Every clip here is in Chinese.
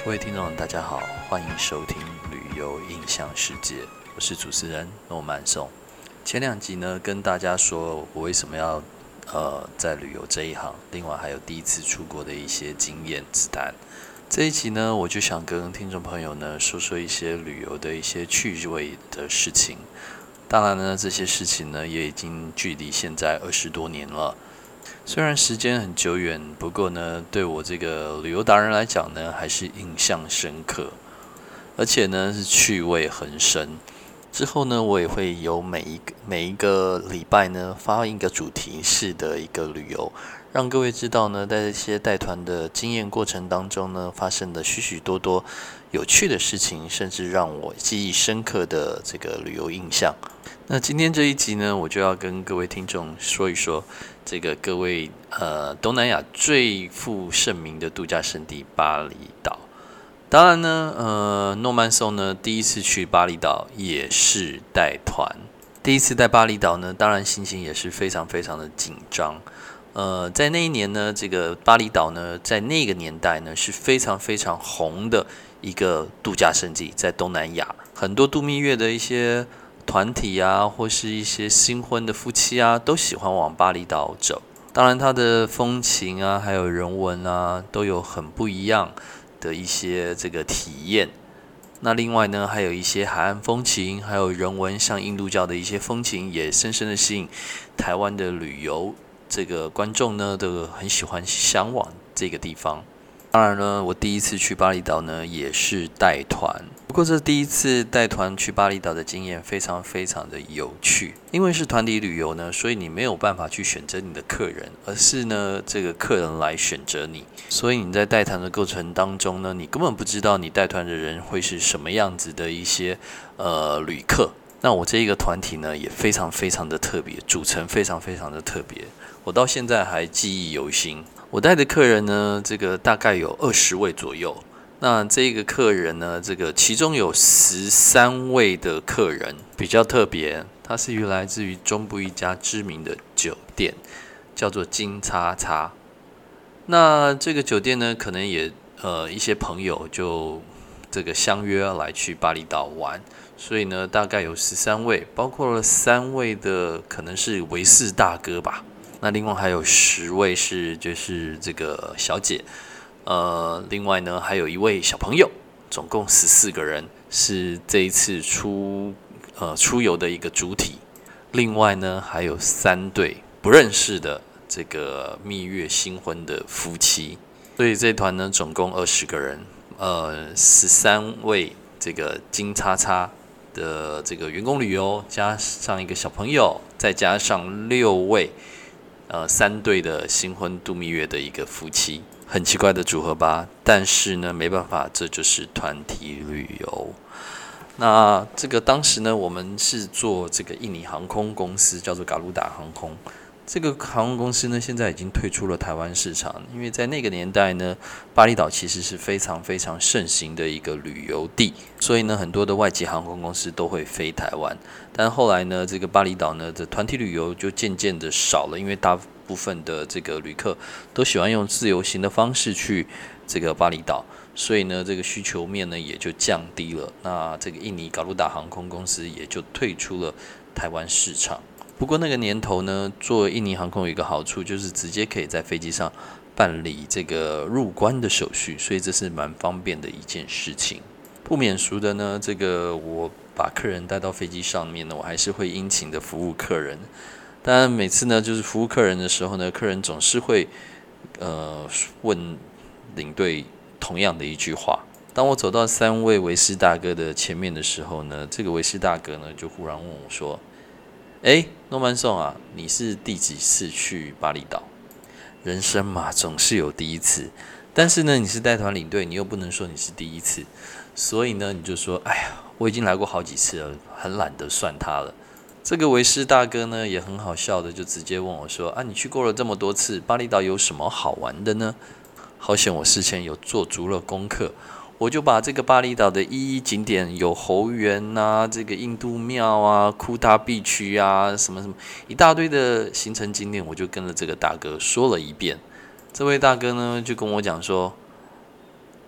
各位听众，大家好，欢迎收听旅游印象世界，我是主持人诺曼颂。前2集呢，跟大家说我为什么要在旅游这一行，另外还有第一次出国的一些经验之谈。这一集呢，我就想跟听众朋友呢说说一些旅游的一些趣味的事情。当然呢，这些事情呢也已经距离现在20多年了。虽然时间很久远，不过呢，对我这个旅游达人来讲呢，还是印象深刻，而且呢是趣味横生。之后呢，我也会有每一个礼拜呢发一个主题式的一个旅游，让各位知道呢，在这些带团的经验过程当中呢，发生的许许多多有趣的事情，甚至让我记忆深刻的这个旅游印象。那今天这一集呢，我就要跟各位听众说一说这个各位东南亚最负盛名的度假胜地巴厘岛。当然呢，诺曼颂呢第一次去巴厘岛也是带团，第一次带巴厘岛呢，当然心情也是非常非常的紧张。在那一年呢，这个巴厘岛呢，在那个年代呢是非常非常红的一个度假胜地，在东南亚很多度蜜月的一些团体啊，或是一些新婚的夫妻啊，都喜欢往巴厘岛走。当然，它的风情啊，还有人文啊，都有很不一样的一些这个体验。那另外呢，还有一些海岸风情，还有人文，像印度教的一些风情，也深深的吸引台湾的旅游这个观众呢，都很喜欢向往这个地方。当然呢，我第一次去巴厘岛呢，也是带团。不过这第一次带团去巴厘岛的经验非常非常的有趣，因为是团体旅游呢，所以你没有办法去选择你的客人，而是呢这个客人来选择你。所以你在带团的过程当中呢，你根本不知道你带团的人会是什么样子的一些旅客。那我这一个团体呢，也非常非常的特别，组成非常非常的特别，我到现在还记忆犹新。我带的客人呢，这个大概有20位左右。那这个客人呢，这个其中有13位的客人比较特别，他是来自于中部一家知名的酒店，叫做金叉叉。那这个酒店呢，可能也一些朋友就这个相约来去巴厘岛玩，所以呢，大概有13位，包括了3位的可能是维士大哥吧。那另外还有10位就是这个小姐。另外呢，还有1位小朋友，总共14个人是这一次出游的一个主体。另外呢，还有3对不认识的这个蜜月新婚的夫妻，所以这团呢总共20个人，13位这个金叉叉的这个员工旅游，加上1个小朋友，再加上6位3对的新婚度蜜月的一个夫妻。很奇怪的组合吧，但是呢，没办法，这就是团体旅游。那这个当时呢，我们是做这个印尼航空公司，叫做嘎鲁达航空。这个航空公司呢，现在已经退出了台湾市场，因为在那个年代呢，巴厘岛其实是非常非常盛行的一个旅游地，所以呢，很多的外籍航空公司都会飞台湾。但后来呢，这个巴厘岛呢的团体旅游就渐渐的少了，因为大部分的这个旅客都喜欢用自由行的方式去这个巴厘岛，所以呢，这个需求面呢也就降低了。那这个印尼嘎鲁达航空公司也就退出了台湾市场。不过那个年头呢，做印尼航空有一个好处，就是直接可以在飞机上办理这个入关的手续，所以这是蛮方便的一件事情。不免俗的呢，这个我把客人带到飞机上面呢，我还是会殷勤的服务客人。当然每次呢，就是服务客人的时候呢，客人总是会问领队同样的一句话。当我走到3位维斯大哥的前面的时候呢，这个维斯大哥呢就忽然问我说：诺曼颂啊，你是第几次去巴厘岛？人生嘛，总是有第一次。但是呢，你是带团领队，你又不能说你是第一次，所以呢，你就说，哎呀，我已经来过好几次了，很懒得算它了。这个维斯大哥呢，也很好笑的，就直接问我说：你去过了这么多次，巴厘岛有什么好玩的呢？好险，我事前有做足了功课。我就把这个巴厘岛的一景点，有猴园啊，这个印度庙啊，库达碧区啊，什么什么一大堆的行程景点，我就跟着这个大哥说了一遍。这位大哥呢就跟我讲说：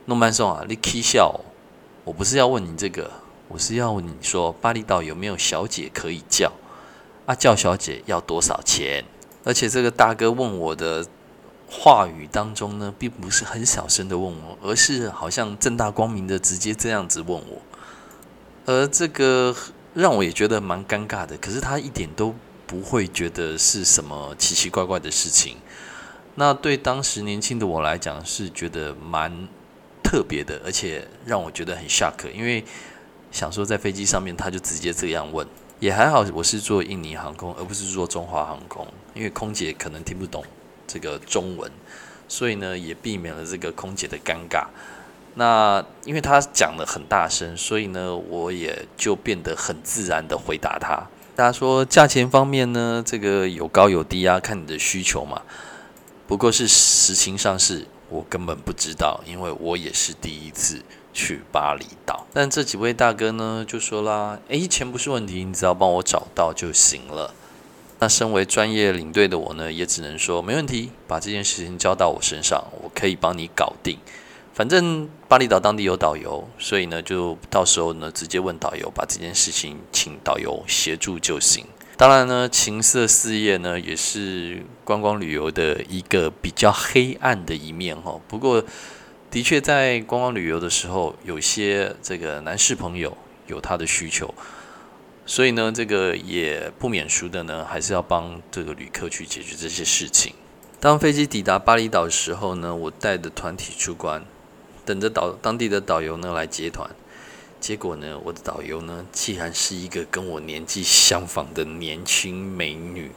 诺曼颂啊，你起笑哦，我不是要问你这个，我是要问你说，巴厘岛有没有小姐可以叫？啊，叫小姐要多少钱？而且这个大哥问我的话语当中呢，并不是很小声的问我，而是好像正大光明的直接这样子问我，而这个让我也觉得蛮尴尬的。可是他一点都不会觉得是什么奇奇怪怪的事情。那对当时年轻的我来讲，是觉得蛮特别的，而且让我觉得很 shock，因为想说在飞机上面他就直接这样问，也还好我是坐印尼航空，而不是坐中华航空，因为空姐可能听不懂这个中文，所以呢也避免了这个空姐的尴尬。那因为他讲得很大声，所以呢我也就变得很自然的回答他。大家说价钱方面呢，这个有高有低啊，看你的需求嘛。不过是实情上是我根本不知道，因为我也是第一次去巴厘岛。但这几位大哥呢就说啦，钱不是问题，你只要帮我找到就行了。那身为专业领队的我呢，也只能说没问题，把这件事情交到我身上，我可以帮你搞定。反正巴厘岛当地有导游，所以呢就到时候呢直接问导游，把这件事情请导游协助就行。当然呢，情色事业呢也是观光旅游的一个比较黑暗的一面哈。不过，的确在观光旅游的时候，有些这个男士朋友有他的需求，所以呢，这个也不免俗的呢，还是要帮这个旅客去解决这些事情。当飞机抵达巴厘岛的时候呢，我带着团体出关，等着当地的导游呢来接团。结果呢，我的导游呢，竟然是一个跟我年纪相仿的年轻美女。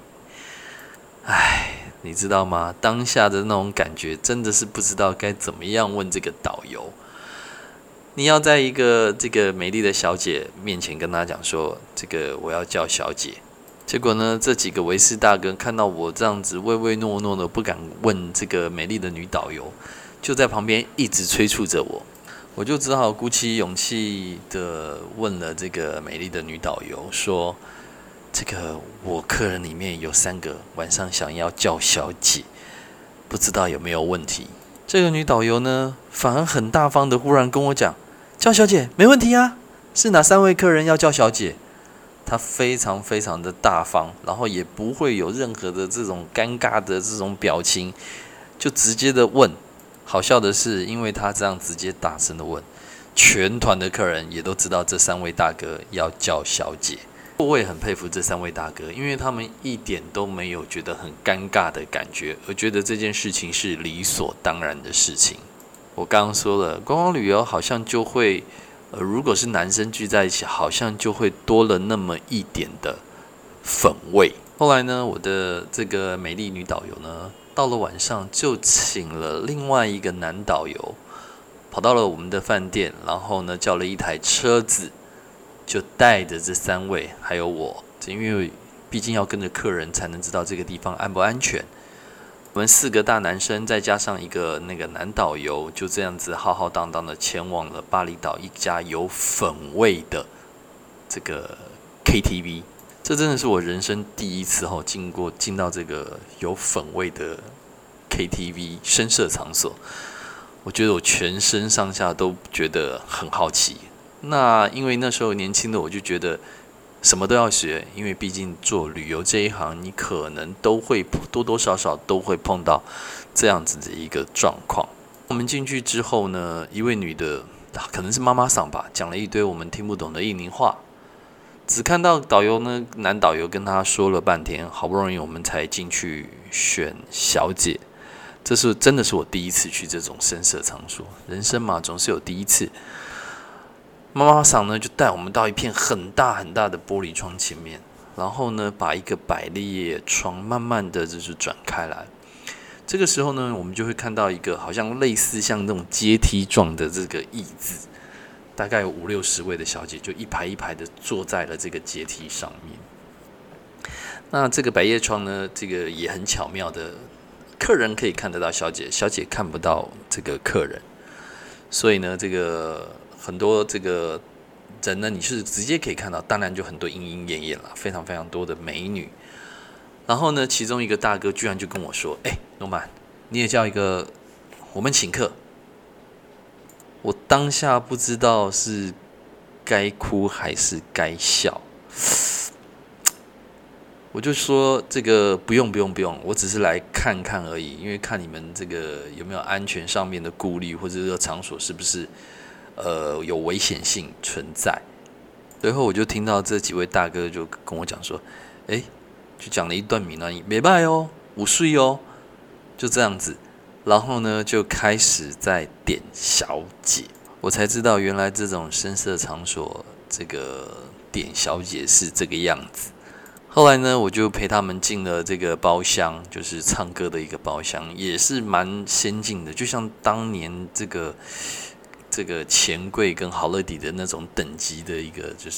你知道吗？当下的那种感觉，真的是不知道该怎么样问这个导游。你要在一个这个美丽的小姐面前跟她讲说，这个我要叫小姐。结果呢，这几个维斯大哥看到我这样子唯唯诺诺的，不敢问这个美丽的女导游，就在旁边一直催促着我。我就只好鼓起勇气的问了这个美丽的女导游说：“这个我客人里面有3个晚上想要叫小姐，不知道有没有问题？”这个女导游呢，反而很大方的忽然跟我讲：“叫小姐没问题啊，是哪3位客人要叫小姐？”她非常非常的大方，然后也不会有任何的这种尴尬的这种表情，就直接的问。好笑的是，因为他这样直接大声的问，全团的客人也都知道这3位大哥要叫小姐。我也很佩服这3位大哥，因为他们一点都没有觉得很尴尬的感觉，而觉得这件事情是理所当然的事情。我刚刚说了，观光旅游好像就会，如果是男生聚在一起，好像就会多了那么一点的粉味。后来呢，我的这个美丽女导游呢，到了晚上就请了另外一个男导游，跑到了我们的饭店，然后呢叫了一台车子，就带着这3位还有我，因为毕竟要跟着客人才能知道这个地方安不安全。我们4个大男生再加上一个那个男导游，就这样子浩浩荡荡的前往了巴厘岛一家有粉味的这个 KTV。这真的是我人生第一次进到这个有粉味的 KTV 声色场所，我觉得我全身上下都觉得很好奇。那因为那时候年轻的我就觉得什么都要学，因为毕竟做旅游这一行，你可能都会多多少少都会碰到这样子的一个状况。我们进去之后呢，一位女的，可能是妈妈桑吧，讲了一堆我们听不懂的印尼话。只看到导游呢，男导游跟他说了半天，好不容易我们才进去选小姐。这是真的是我第一次去这种声色场所，人生嘛，总是有第一次。妈妈桑呢就带我们到一片很大很大的玻璃窗前面，然后呢把一个百叶窗慢慢的就是转开来。这个时候呢，我们就会看到一个好像类似像那种阶梯状的这个椅子。大概有50-60位的小姐就一排一排的坐在了这个阶梯上面。那这个百叶窗呢，这个也很巧妙的，客人可以看得到小姐，小姐看不到这个客人。所以呢，这个很多这个人呢，你是直接可以看到，当然就很多莺莺燕燕啦，非常非常多的美女。然后呢，其中一个大哥居然就跟我说：“诺曼，你也叫一个，我们请客。” 我当下不知道是该哭还是该笑，我就说这个不用，我只是来看看而已，因为看你们这个有没有安全上面的顾虑，或者这个场所是不是有危险性存在。随后我就听到这几位大哥就跟我讲说，就讲了一段闽南语，没拜哦，5岁哦，就这样子。然后呢，就开始在点小姐，我才知道原来这种声色场所，这个点小姐是这个样子。后来呢，我就陪他们进了这个包厢，就是唱歌的一个包厢，也是蛮先进的，就像当年这个钱柜跟好乐迪的那种等级的一个就是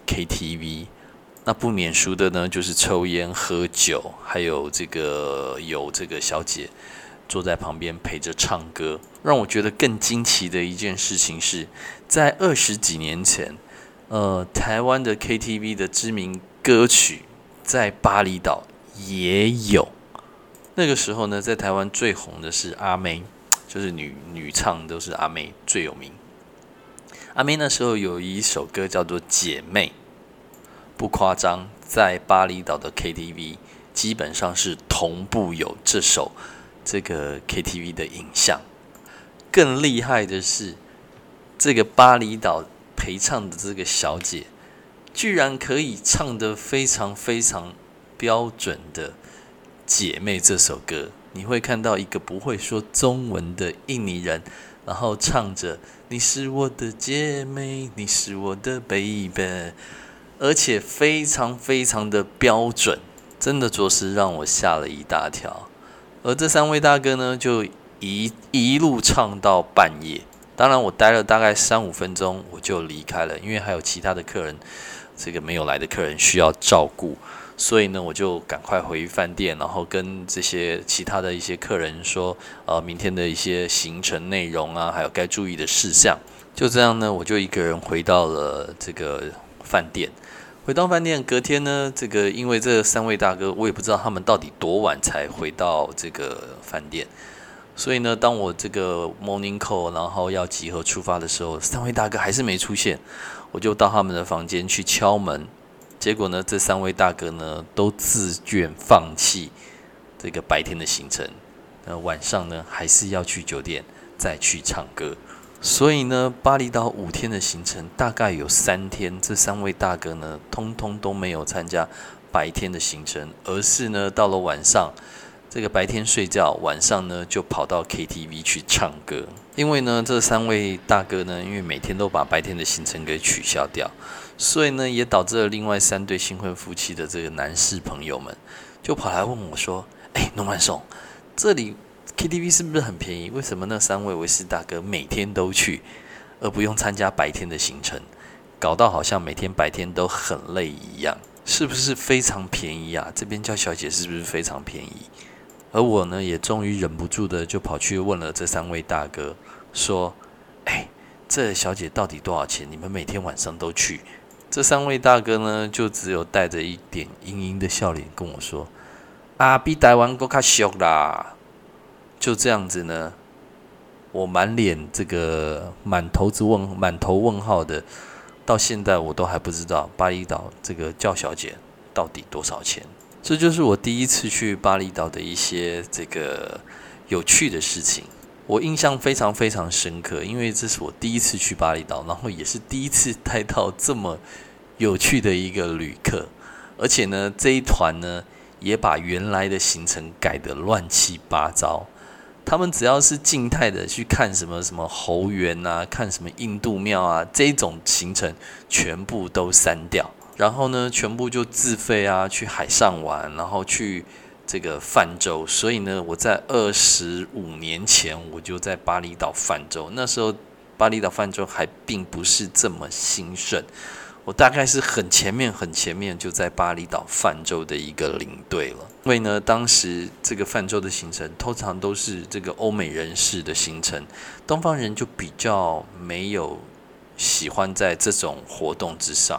KTV。那不免俗的呢，就是抽烟喝酒，还有这个小姐坐在旁边陪着唱歌。让我觉得更惊奇的一件事情是，在20几年前，台湾的 KTV 的知名歌曲在巴厘岛也有。那个时候呢，在台湾最红的是阿妹，就是女唱都是阿妹最有名。阿妹那时候有一首歌叫做《姐妹》，不夸张，在巴厘岛的 KTV 基本上是同步有这个 KTV 的影像。更厉害的是，这个巴厘岛陪唱的这个小姐，居然可以唱得非常非常标准的《姐妹》这首歌。你会看到一个不会说中文的印尼人，然后唱着"你是我的姐妹，你是我的 baby"， 而且非常非常的标准，真的着实让我吓了一大跳。而这3位大哥呢，就一路唱到半夜。当然，我待了大概3-5分钟，我就离开了，因为还有其他的客人，这个没有来的客人需要照顾，所以呢，我就赶快回饭店，然后跟这些其他的一些客人说，明天的一些行程内容啊，还有该注意的事项。就这样呢，我就一个人回到了这个饭店。回到饭店，隔天呢，因为这3位大哥，我也不知道他们到底多晚才回到这个饭店，所以呢，当我这个 morning call 然后要集合出发的时候，3位大哥还是没出现，我就到他们的房间去敲门。结果呢，这3位大哥呢都自愿放弃这个白天的行程，晚上呢还是要去酒店再去唱歌。所以呢，巴厘岛5天的行程大概有3天，这3位大哥呢，通通都没有参加白天的行程，而是呢，到了晚上，这个白天睡觉，晚上呢就跑到 KTV 去唱歌。因为呢，这3位大哥呢，因为每天都把白天的行程给取消掉，所以呢，也导致了另外3对新婚夫妻的这个男士朋友们，就跑来问我说：诺曼松，这里KTV 是不是很便宜？为什么那3位维斯大哥每天都去，而不用参加白天的行程，搞到好像每天白天都很累一样？是不是非常便宜啊？这边叫小姐是不是非常便宜？而我呢，也终于忍不住的就跑去问了这3位大哥，说：这小姐到底多少钱？你们每天晚上都去？这3位大哥呢，就只有带着一点阴阴的笑脸跟我说：比台湾更较俗啦。就这样子呢，我满脸这个满头问号的，到现在我都还不知道巴厘岛这个叫小姐到底多少钱。这就是我第一次去巴厘岛的一些这个有趣的事情，我印象非常非常深刻，因为这是我第一次去巴厘岛，然后也是第一次带到这么有趣的一个旅客，而且呢，这一团呢也把原来的行程改得乱七八糟。他们只要是静态的去看什么猴园啊，看什么印度庙啊，这种行程全部都删掉，然后呢，全部就自费啊，去海上玩，然后去这个泛舟。所以呢，我在25年前我就在巴厘岛泛舟，那时候巴厘岛泛舟还并不是这么兴盛。我大概是很前面就在巴厘岛泛舟的一个领队了。因为呢，当时这个泛舟的行程通常都是这个欧美人士的行程，东方人就比较没有喜欢在这种活动之上，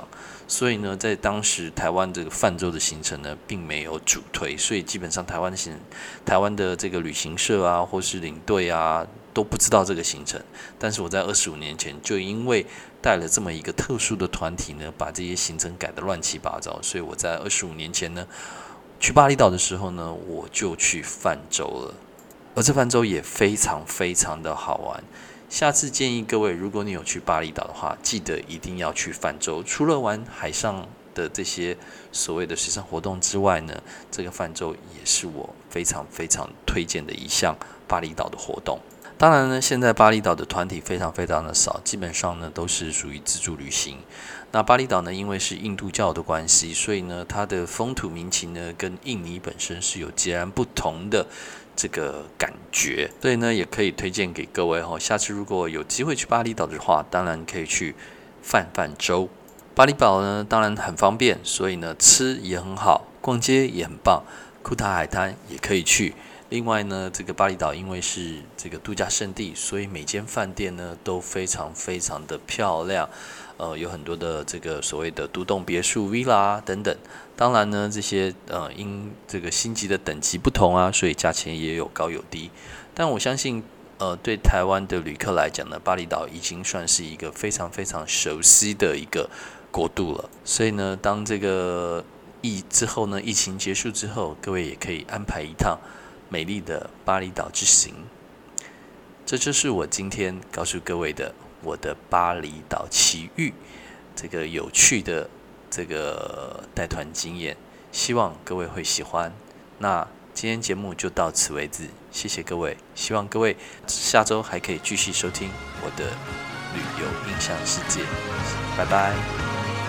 所以呢，在当时台湾这个泛舟的行程呢，并没有主推，所以基本上台湾的这个旅行社啊，或是领队啊，都不知道这个行程。但是我在25年前就因为带了这么一个特殊的团体呢，把这些行程改得乱七八糟，所以我在25年前呢，去巴厘岛的时候呢，我就去泛舟了，而这泛舟也非常非常的好玩。下次建议各位，如果你有去巴厘岛的话，记得一定要去泛舟。除了玩海上的这些所谓的水上活动之外呢，这个泛舟也是我非常非常推荐的一项巴厘岛的活动。当然呢，现在巴厘岛的团体非常非常的少，基本上呢都是属于自助旅行。那巴厘岛呢，因为是印度教的关系，所以呢它的风土民情呢跟印尼本身是有截然不同的这个感觉，所以呢也可以推荐给各位下次如果有机会去巴厘岛的话，当然可以去泛舟。巴厘岛呢当然很方便，所以呢吃也很好，逛街也很棒，库塔海滩也可以去。另外呢，这个巴厘岛因为是这个度假胜地，所以每间饭店呢都非常非常的漂亮，有很多的这个所谓的独栋别墅 villa 等等。当然呢，这些因这个星级的等级不同啊，所以价钱也有高有低。但我相信，对台湾的旅客来讲呢，巴厘岛已经算是一个非常非常熟悉的一个国度了。所以呢，当这个之后呢，疫情结束之后，各位也可以安排一趟美丽的巴厘岛之行。这就是我今天告诉各位的我的巴厘岛奇遇，这个有趣的这个带团经验，希望各位会喜欢。那今天节目就到此为止，谢谢各位，希望各位下周还可以继续收听我的旅游印象世界，拜拜。